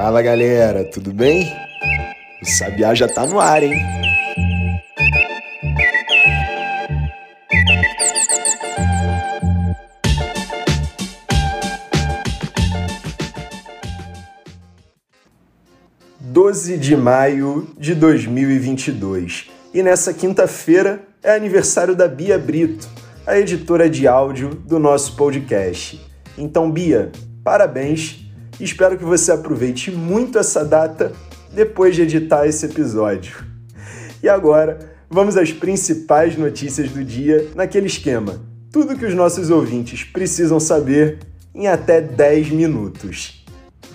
Fala galera, tudo bem? O Sabiá já tá no ar, hein? (12 de maio de 2022) e nessa quinta-feira é aniversário da Bia Brito, a editora de áudio do nosso podcast. Então, Bia, parabéns! Espero que você aproveite muito essa data depois de editar esse episódio. E agora, vamos às principais notícias do dia naquele esquema. Tudo que os nossos ouvintes precisam saber em até 10 minutos.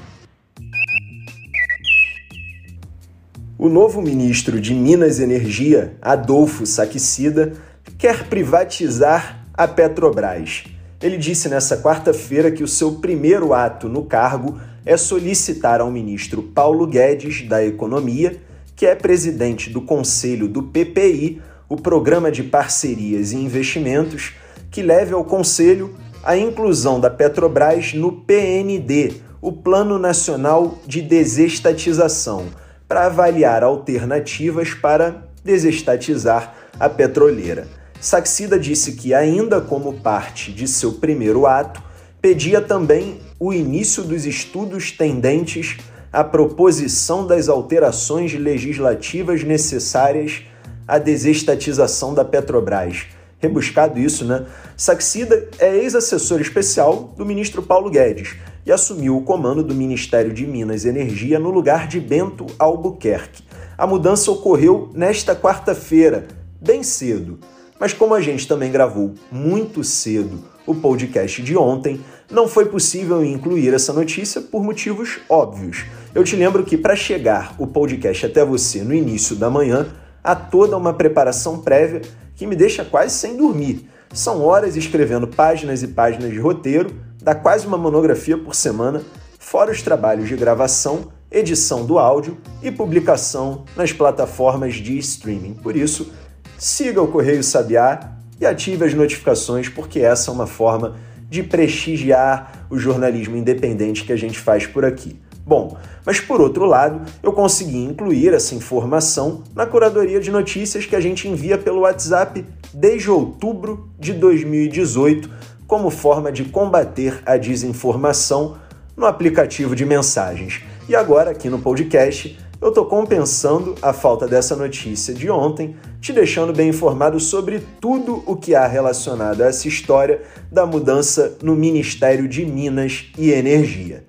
O novo ministro de Minas e Energia, Adolfo Saxida, quer privatizar a Petrobras. Ele disse nesta quarta-feira que o seu primeiro ato no cargo é solicitar ao ministro Paulo Guedes, da Economia, que é presidente do Conselho do PPI, o Programa de Parcerias e Investimentos, que leve ao Conselho a inclusão da Petrobras no PND, o Plano Nacional de Desestatização, para avaliar alternativas para desestatizar a petroleira. Saxida disse que, ainda como parte de seu primeiro ato, pedia também o início dos estudos tendentes à proposição das alterações legislativas necessárias à desestatização da Petrobras. Rebuscado isso, né? Saxida é ex-assessor especial do ministro Paulo Guedes e assumiu o comando do Ministério de Minas e Energia no lugar de Bento Albuquerque. A mudança ocorreu nesta quarta-feira, bem cedo. Mas como a gente também gravou muito cedo o podcast de ontem, não foi possível incluir essa notícia por motivos óbvios. Eu te lembro que para chegar o podcast até você no início da manhã, há toda uma preparação prévia que me deixa quase sem dormir. São horas escrevendo páginas e páginas de roteiro, dá quase uma monografia por semana, fora os trabalhos de gravação, edição do áudio e publicação nas plataformas de streaming. Por isso, siga o Correio Sabiá e ative as notificações, porque essa é uma forma de prestigiar o jornalismo independente que a gente faz por aqui. Bom, mas por outro lado, eu consegui incluir essa informação na curadoria de notícias que a gente envia pelo WhatsApp desde outubro de 2018, como forma de combater a desinformação no aplicativo de mensagens. E agora, aqui no podcast, eu estou compensando a falta dessa notícia de ontem, te deixando bem informado sobre tudo o que há relacionado a essa história da mudança no Ministério de Minas e Energia.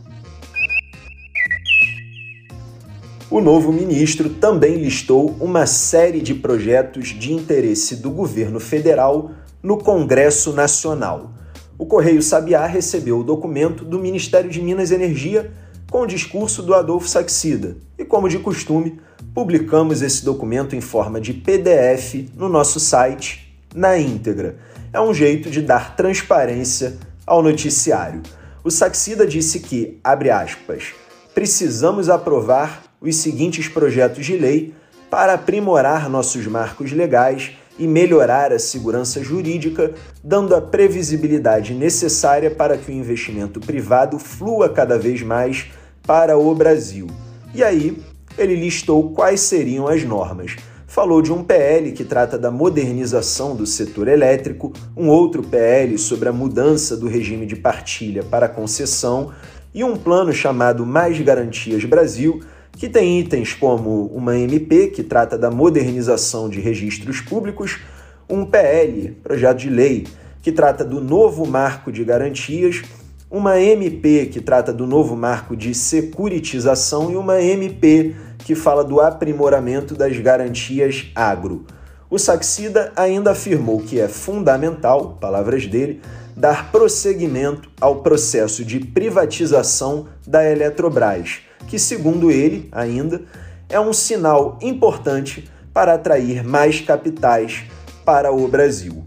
O novo ministro também listou uma série de projetos de interesse do governo federal no Congresso Nacional. O Correio Sabiá recebeu o documento do Ministério de Minas e Energia com o discurso do Adolfo Saxida. E, como de costume, publicamos esse documento em forma de PDF no nosso site, na íntegra. É um jeito de dar transparência ao noticiário. O Saxida disse que, abre aspas, precisamos aprovar os seguintes projetos de lei para aprimorar nossos marcos legais e melhorar a segurança jurídica, dando a previsibilidade necessária para que o investimento privado flua cada vez mais para o Brasil. E aí, ele listou quais seriam as normas. Falou de um PL que trata da modernização do setor elétrico, um outro PL sobre a mudança do regime de partilha para concessão e um plano chamado Mais Garantias Brasil, que tem itens como uma MP, que trata da modernização de registros públicos, um PL, projeto de lei, que trata do novo marco de garantias, uma MP que trata do novo marco de securitização e uma MP que fala do aprimoramento das garantias agro. O Saxida ainda afirmou que é fundamental, palavras dele, dar prosseguimento ao processo de privatização da Eletrobras, que, segundo ele, ainda, é um sinal importante para atrair mais capitais para o Brasil.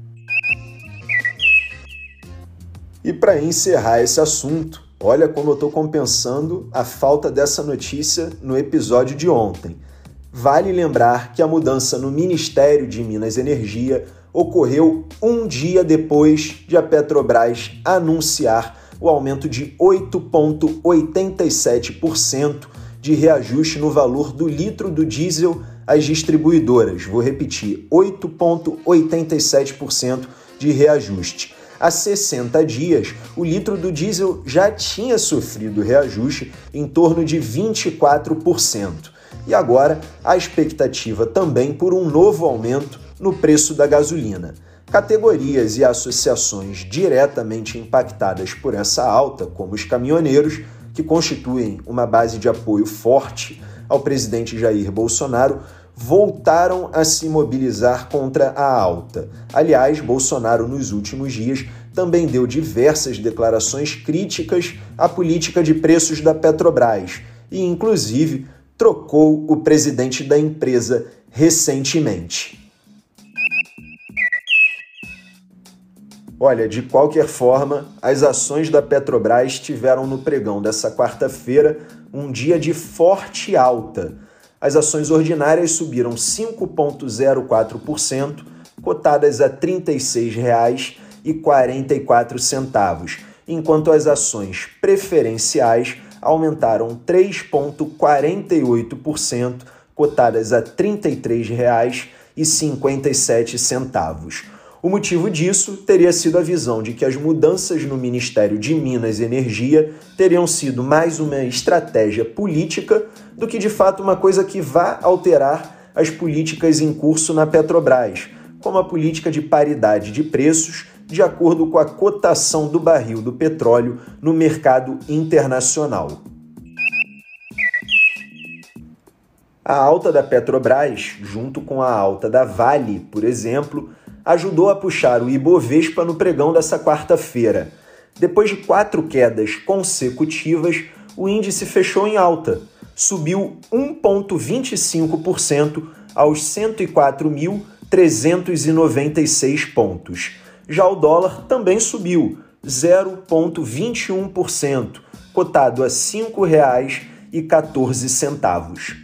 E para encerrar esse assunto, olha como eu estou compensando a falta dessa notícia no episódio de ontem. Vale lembrar que a mudança no Ministério de Minas e Energia ocorreu um dia depois de a Petrobras anunciar o aumento de 8,87% de reajuste no valor do litro do diesel às distribuidoras. Vou repetir, 8,87% de reajuste. Há 60 dias, o litro do diesel já tinha sofrido reajuste em torno de 24%. E agora, a expectativa também por um novo aumento no preço da gasolina. Categorias e associações diretamente impactadas por essa alta, como os caminhoneiros, que constituem uma base de apoio forte ao presidente Jair Bolsonaro, voltaram a se mobilizar contra a alta. Aliás, Bolsonaro, nos últimos dias, também deu diversas declarações críticas à política de preços da Petrobras e, inclusive, trocou o presidente da empresa recentemente. Olha, de qualquer forma, as ações da Petrobras tiveram no pregão dessa quarta-feira um dia de forte alta. As ações ordinárias subiram 5,04%, cotadas a R$ 36,44, enquanto as ações preferenciais aumentaram 3,48%, cotadas a R$ 33,57. O motivo disso teria sido a visão de que as mudanças no Ministério de Minas e Energia teriam sido mais uma estratégia política do que, de fato, uma coisa que vá alterar as políticas em curso na Petrobras, como a política de paridade de preços de acordo com a cotação do barril do petróleo no mercado internacional. A alta da Petrobras, junto com a alta da Vale, por exemplo, ajudou a puxar o Ibovespa no pregão dessa quarta-feira. Depois de 4 quedas consecutivas, o índice fechou em alta, subiu 1,25% aos 104.396 pontos. Já o dólar também subiu 0,21%, cotado a R$ 5,14.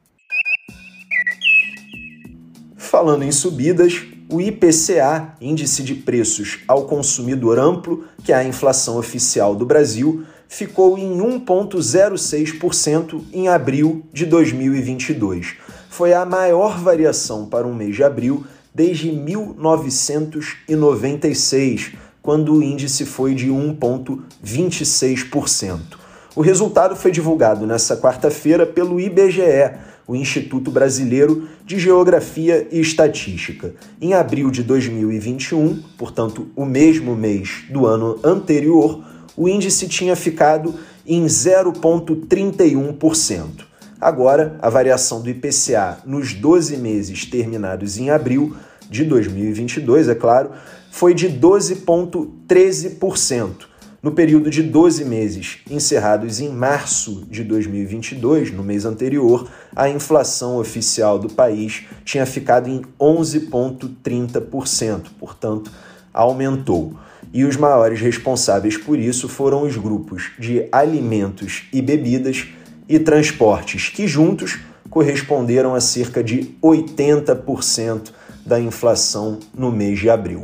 Falando em subidas, o IPCA, Índice de Preços ao Consumidor Amplo, que é a inflação oficial do Brasil, ficou em 1,06% em abril de 2022. Foi a maior variação para um mês de abril desde 1996, quando o índice foi de 1,26%. O resultado foi divulgado nesta quarta-feira pelo IBGE, o Instituto Brasileiro de Geografia e Estatística. Em abril de 2021, portanto, o mesmo mês do ano anterior, o índice tinha ficado em 0,31%. Agora, a variação do IPCA nos 12 meses terminados em abril de 2022, é claro, foi de 12,13%. No período de 12 meses encerrados em março de 2022, no mês anterior, a inflação oficial do país tinha ficado em 11,30%, portanto, aumentou. E os maiores responsáveis por isso foram os grupos de alimentos e bebidas e transportes, que juntos corresponderam a cerca de 80% da inflação no mês de abril.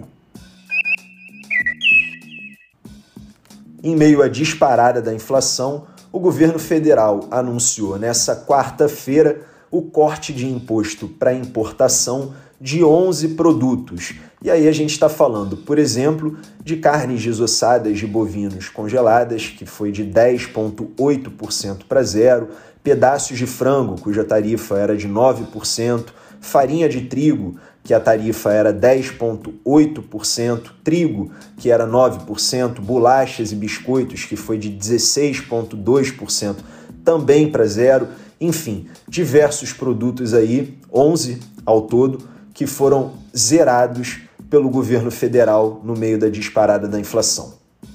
Em meio à disparada da inflação, o governo federal anunciou nesta quarta-feira o corte de imposto para importação de 11 produtos. E aí a gente está falando, por exemplo, de carnes desossadas de bovinos congeladas, que foi de 10,8% para 0%, pedaços de frango, cuja tarifa era de 9%, farinha de trigo, que a tarifa era 10,8%, trigo, que era 9%, bolachas e biscoitos, que foi de 16,2%, também para 0%. Enfim, diversos produtos aí, 11 ao todo, que foram zerados pelo governo federal no meio da disparada da inflação.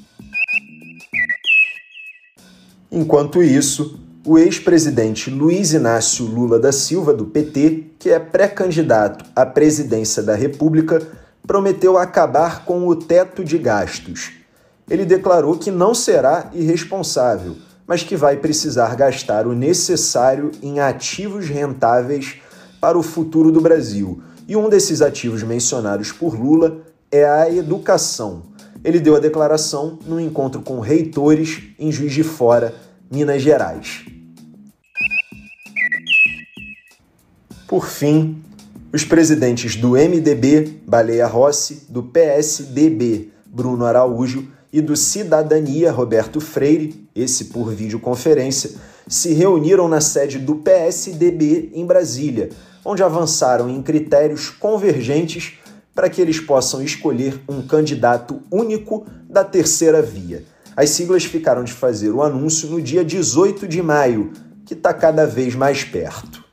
Enquanto isso, o ex-presidente Luiz Inácio Lula da Silva, do PT, que é pré-candidato à presidência da República, prometeu acabar com o teto de gastos. Ele declarou que não será irresponsável, mas que vai precisar gastar o necessário em ativos rentáveis para o futuro do Brasil. E um desses ativos mencionados por Lula é a educação. Ele deu a declaração num encontro com reitores em Juiz de Fora, Minas Gerais. Por fim, os presidentes do MDB, Baleia Rossi, do PSDB, Bruno Araújo, e do Cidadania, Roberto Freire, esse por videoconferência, se reuniram na sede do PSDB em Brasília, onde avançaram em critérios convergentes para que eles possam escolher um candidato único da terceira via. As siglas ficaram de fazer o anúncio no dia 18 de maio, que está cada vez mais perto.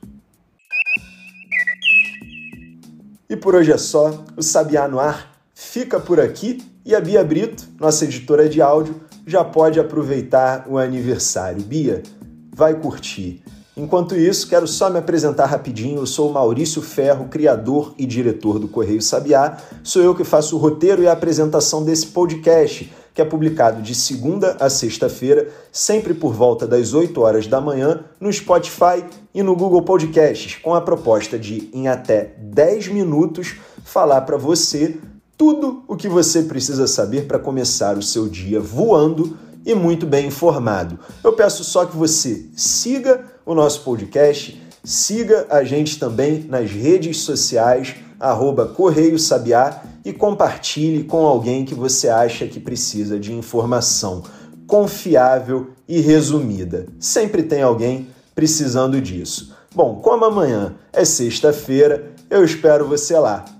E por hoje é só, o Sabiá no Ar fica por aqui e a Bia Brito, nossa editora de áudio, já pode aproveitar o aniversário. Bia, vai curtir. Enquanto isso, quero só me apresentar rapidinho. Eu sou o Maurício Ferro, criador e diretor do Correio Sabiá. Sou eu que faço o roteiro e a apresentação desse podcast, que é publicado de segunda a sexta-feira, sempre por volta das 8 horas da manhã, no Spotify e no Google Podcasts, com a proposta de, em até 10 minutos, falar para você tudo o que você precisa saber para começar o seu dia voando e muito bem informado. Eu peço só que você siga o nosso podcast, siga a gente também nas redes sociais, @Correio Sabiá, e compartilhe com alguém que você acha que precisa de informação confiável e resumida. Sempre tem alguém precisando disso. Bom, como amanhã é sexta-feira, eu espero você lá.